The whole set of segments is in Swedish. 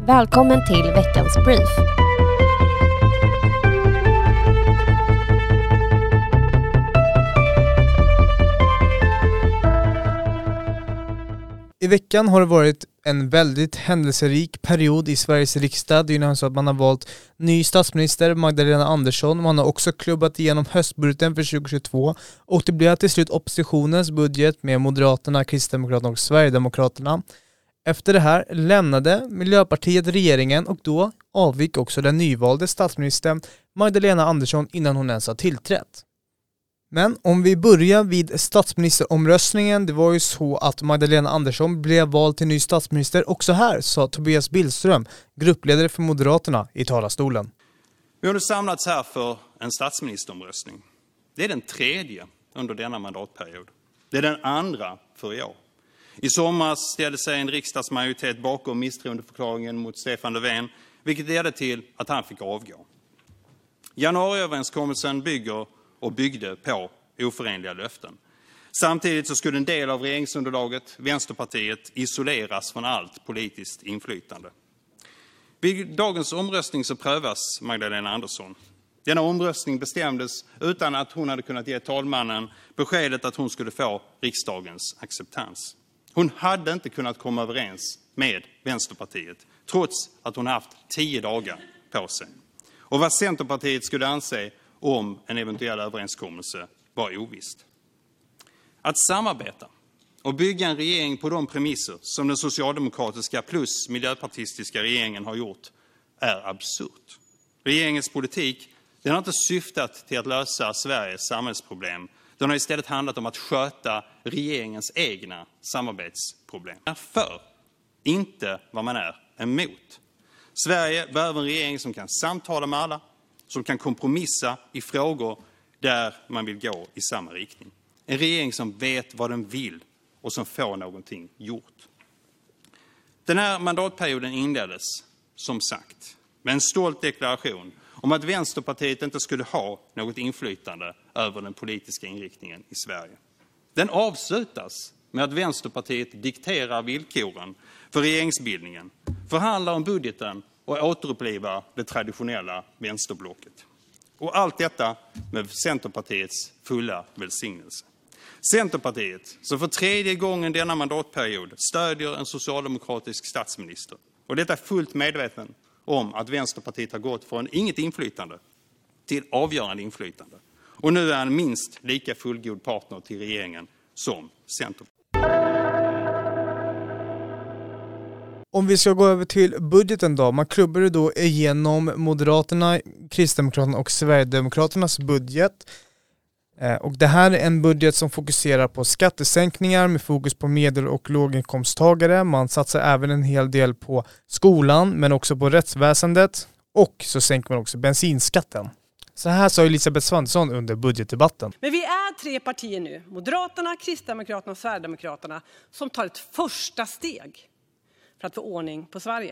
Välkommen till veckans brief. I veckan har det varit en väldigt händelserik period i Sveriges riksdag. Det är ju så att man har valt ny statsminister Magdalena Andersson. Man har också klubbat igenom höstbudgeten för 2022 och det blev till slut oppositionens budget med Moderaterna, Kristdemokraterna och Sverigedemokraterna. Efter det här lämnade Miljöpartiet regeringen och då avgick också den nyvalde statsministern Magdalena Andersson innan hon ens har tillträtt. Men om vi börjar vid statsministeromröstningen, det var ju så att Magdalena Andersson blev vald till ny statsminister. Också här sa Tobias Billström, gruppledare för Moderaterna, i talarstolen. Vi har nu samlats här för en statsministeromröstning. Det är den tredje under denna mandatperiod. Det är den andra för i år. I somras ställde sig en riksdagsmajoritet bakom misstroendeförklaringen mot Stefan Löfven, vilket ledde till att han fick avgå. Januariöverenskommelsen byggde på oförenliga löften. Samtidigt så skulle en del av regeringsunderlaget, Vänsterpartiet, isoleras från allt politiskt inflytande. Vid dagens omröstning så prövas Magdalena Andersson. Denna omröstning bestämdes utan att hon hade kunnat ge talmannen beskedet att hon skulle få riksdagens acceptans. Hon hade inte kunnat komma överens med Vänsterpartiet trots att hon haft 10 dagar på sig. Och vad Centerpartiet skulle anse om en eventuell överenskommelse var ovisst. Att samarbeta och bygga en regering på de premisser som den socialdemokratiska plus miljöpartistiska regeringen har gjort är absurt. Regeringens politik, den har inte syftat till att lösa Sveriges samhällsproblem. Den har istället handlat om att sköta regeringens egna samarbetsproblem. Man är för, inte vad man är emot. Sverige behöver en regering som kan samtala med alla, som kan kompromissa i frågor där man vill gå i samma riktning. En regering som vet vad den vill och som får någonting gjort. Den här mandatperioden inleddes, som sagt, med en stolt deklaration om att Vänsterpartiet inte skulle ha något inflytande över den politiska inriktningen i Sverige. Den avslutas med att Vänsterpartiet dikterar villkoren för regeringsbildningen, förhandlar om budgeten och återupplivar det traditionella vänsterblocket. Och allt detta med Centerpartiets fulla välsignelse. Centerpartiet, som för tredje gången denna mandatperiod stödjer en socialdemokratisk statsminister. Och detta är fullt medveten om att Vänsterpartiet har gått från inget inflytande till avgörande inflytande. Och nu är en minst lika fullgod partner till regeringen som Centerpartiet. Om vi ska gå över till budgeten då. Man klubbade då igenom Moderaterna, Kristdemokraterna och Sverigedemokraternas budget. Och det här är en budget som fokuserar på skattesänkningar med fokus på medel- och låginkomsttagare. Man satsar även en hel del på skolan men också på rättsväsendet. Och så sänker man också bensinskatten. Så här sa Elisabeth Svantesson under budgetdebatten. Men vi är 3 partier nu, Moderaterna, Kristdemokraterna och Sverigedemokraterna, som tar ett första steg för att få ordning på Sverige.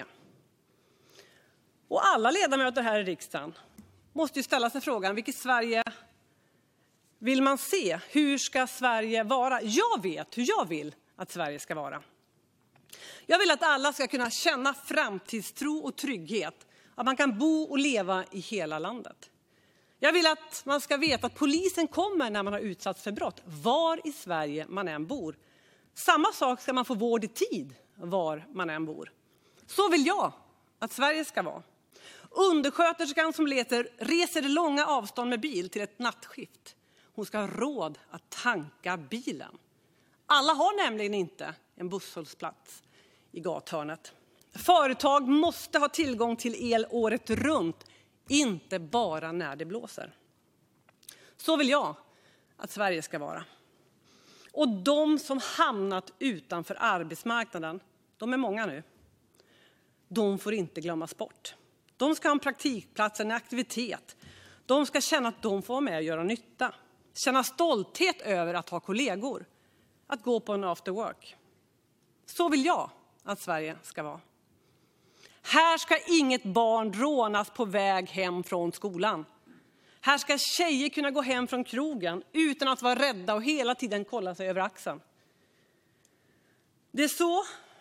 Och alla ledamöter här i riksdagen måste ju ställa sig frågan, vilket Sverige vill man se? Hur ska Sverige vara? Jag vet hur jag vill att Sverige ska vara. Jag vill att alla ska kunna känna framtidstro och trygghet. Att man kan bo och leva i hela landet. Jag vill att man ska veta att polisen kommer när man har utsatts för brott. Var i Sverige man än bor. Samma sak ska man få vård i tid var man än bor. Så vill jag att Sverige ska vara. Undersköterskan som reser långa avstånd med bil till ett nattskift. Hon ska ha råd att tanka bilen. Alla har nämligen inte en busshållplats i gathörnet. Företag måste ha tillgång till el året runt, inte bara när det blåser. Så vill jag att Sverige ska vara. Och de som hamnat utanför arbetsmarknaden, de är många nu. De får inte glömmas bort. De ska ha en praktikplats, en aktivitet. De ska känna att de får vara med och göra nytta. Känna stolthet över att ha kollegor. Att gå på en after work. Så vill jag att Sverige ska vara. Här ska inget barn rånas på väg hem från skolan. Här ska tjejer kunna gå hem från krogen utan att vara rädda och hela tiden kolla sig över axeln. Det är så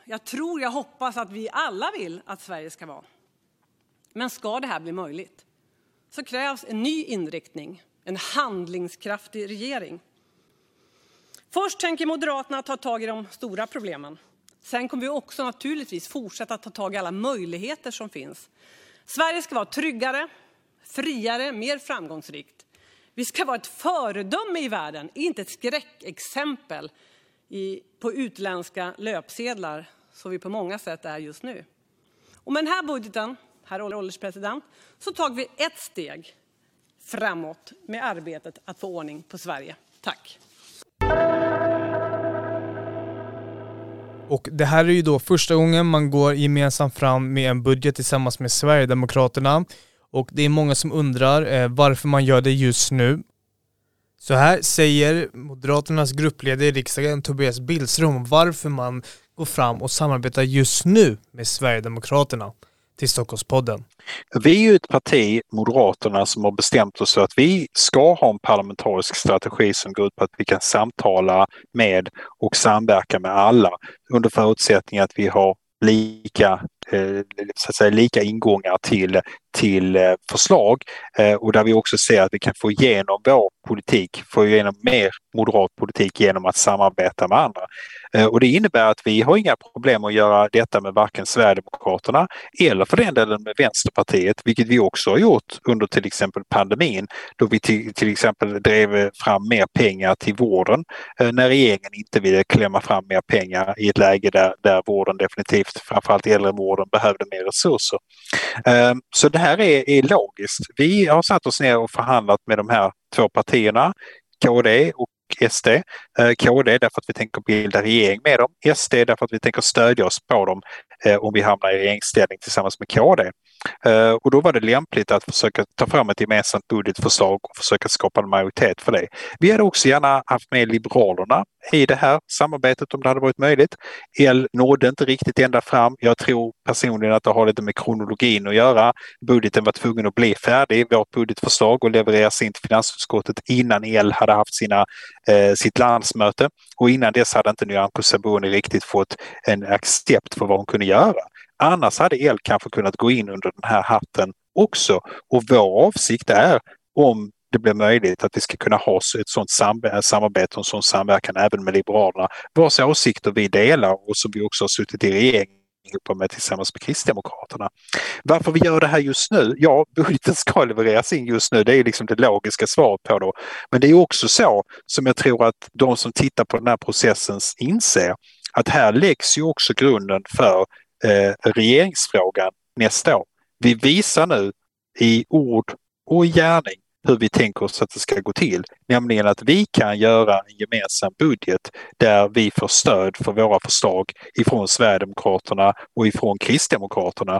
jag hoppas att vi alla vill att Sverige ska vara. Men ska det här bli möjligt så krävs en ny inriktning, en handlingskraftig regering. Först tänker Moderaterna ta tag i de stora problemen. Sen kommer vi också naturligtvis fortsätta ta tag i alla möjligheter som finns. Sverige ska vara tryggare, friare, mer framgångsrikt. Vi ska vara ett föredöme i världen, inte ett skräckexempel på utländska löpsedlar, som vi på många sätt är just nu. Och med den här budgeten, herr ålderspresident, så tar vi ett steg framåt med arbetet att få ordning på Sverige. Tack. Och det här är ju då första gången man går gemensamt fram med en budget tillsammans med Sverigedemokraterna. Och det är många som undrar varför man gör det just nu. Så här säger Moderaternas gruppledare i riksdagen Tobias Billström varför man går fram och samarbetar just nu med Sverigedemokraterna till Stockholmspodden. Vi är ju ett parti, Moderaterna, som har bestämt oss för att vi ska ha en parlamentarisk strategi som går ut på att vi kan samtala med och samverka med alla under förutsättning att vi har lika ingångar till förslag och där vi också ser att vi kan få igenom vår politik, få igenom mer moderat politik genom att samarbeta med andra. Och det innebär att vi har inga problem att göra detta med varken Sverigedemokraterna eller för den delen med Vänsterpartiet, vilket vi också har gjort under till exempel pandemin, då vi till exempel drev fram mer pengar till vården när regeringen inte ville klämma fram mer pengar i ett läge där vården definitivt, framförallt äldrevården, behövde mer resurser. Så det här är logiskt. Vi har satt oss ner och förhandlat med de här två partierna, KD och SD. KD därför att vi tänker bilda regering med dem. SD därför att vi tänker stödja oss på dem om vi hamnar i regeringsställning tillsammans med KD. Och då var det lämpligt att försöka ta fram ett gemensamt budgetförslag och försöka skapa en majoritet för det. Vi hade också gärna haft med Liberalerna i det här samarbetet om det hade varit möjligt. L nådde inte riktigt ända fram. Jag tror personligen att det har lite med kronologin att göra. Budgeten var tvungen att bli färdig, vårt budgetförslag, och levereras in till finansutskottet innan L hade haft sitt landsmöte. Och innan dess hade inte Nyamko Sabuni riktigt fått en accept för vad hon kunde göra. Annars hade L kanske kunnat gå in under den här hatten också. Och vår avsikt är, om det blir möjligt, att vi ska kunna ha ett sådant samarbete och en sån samverkan även med Liberalerna, vars åsikter vi delar och som vi också har suttit i regeringen med tillsammans med Kristdemokraterna. Varför vi gör det här just nu? Ja, budgeten ska levereras in just nu. Det är liksom det logiska svaret på det. Men det är också så som jag tror att de som tittar på den här processen inser att här läggs ju också grunden för regeringsfrågan nästa år. Vi visar nu i ord och i gärning hur vi tänker oss att det ska gå till. Nämligen att vi kan göra en gemensam budget där vi får stöd för våra förslag ifrån Sverigedemokraterna och ifrån Kristdemokraterna.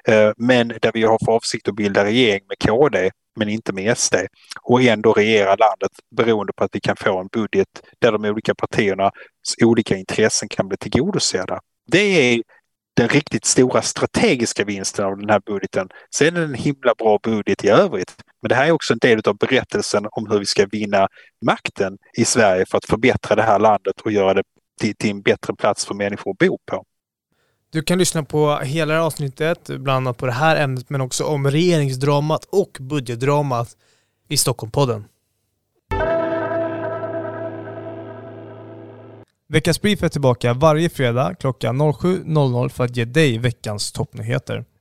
Men där vi har för avsikt att bilda regering med KD men inte med SD och ändå regera landet beroende på att vi kan få en budget där de olika partiernas olika intressen kan bli tillgodosedda. Det är den riktigt stora strategiska vinsten av den här budgeten. Sen är det en himla bra budget i övrigt. Men det här är också en del av berättelsen om hur vi ska vinna makten i Sverige för att förbättra det här landet och göra det till en bättre plats för människor att bo på. Du kan lyssna på hela det här avsnittet, bland annat på det här ämnet, men också om regeringsdramat och budgetdramat i Stockholmpodden. Veckans brief är tillbaka varje fredag klockan 07.00 för att ge dig veckans toppnyheter.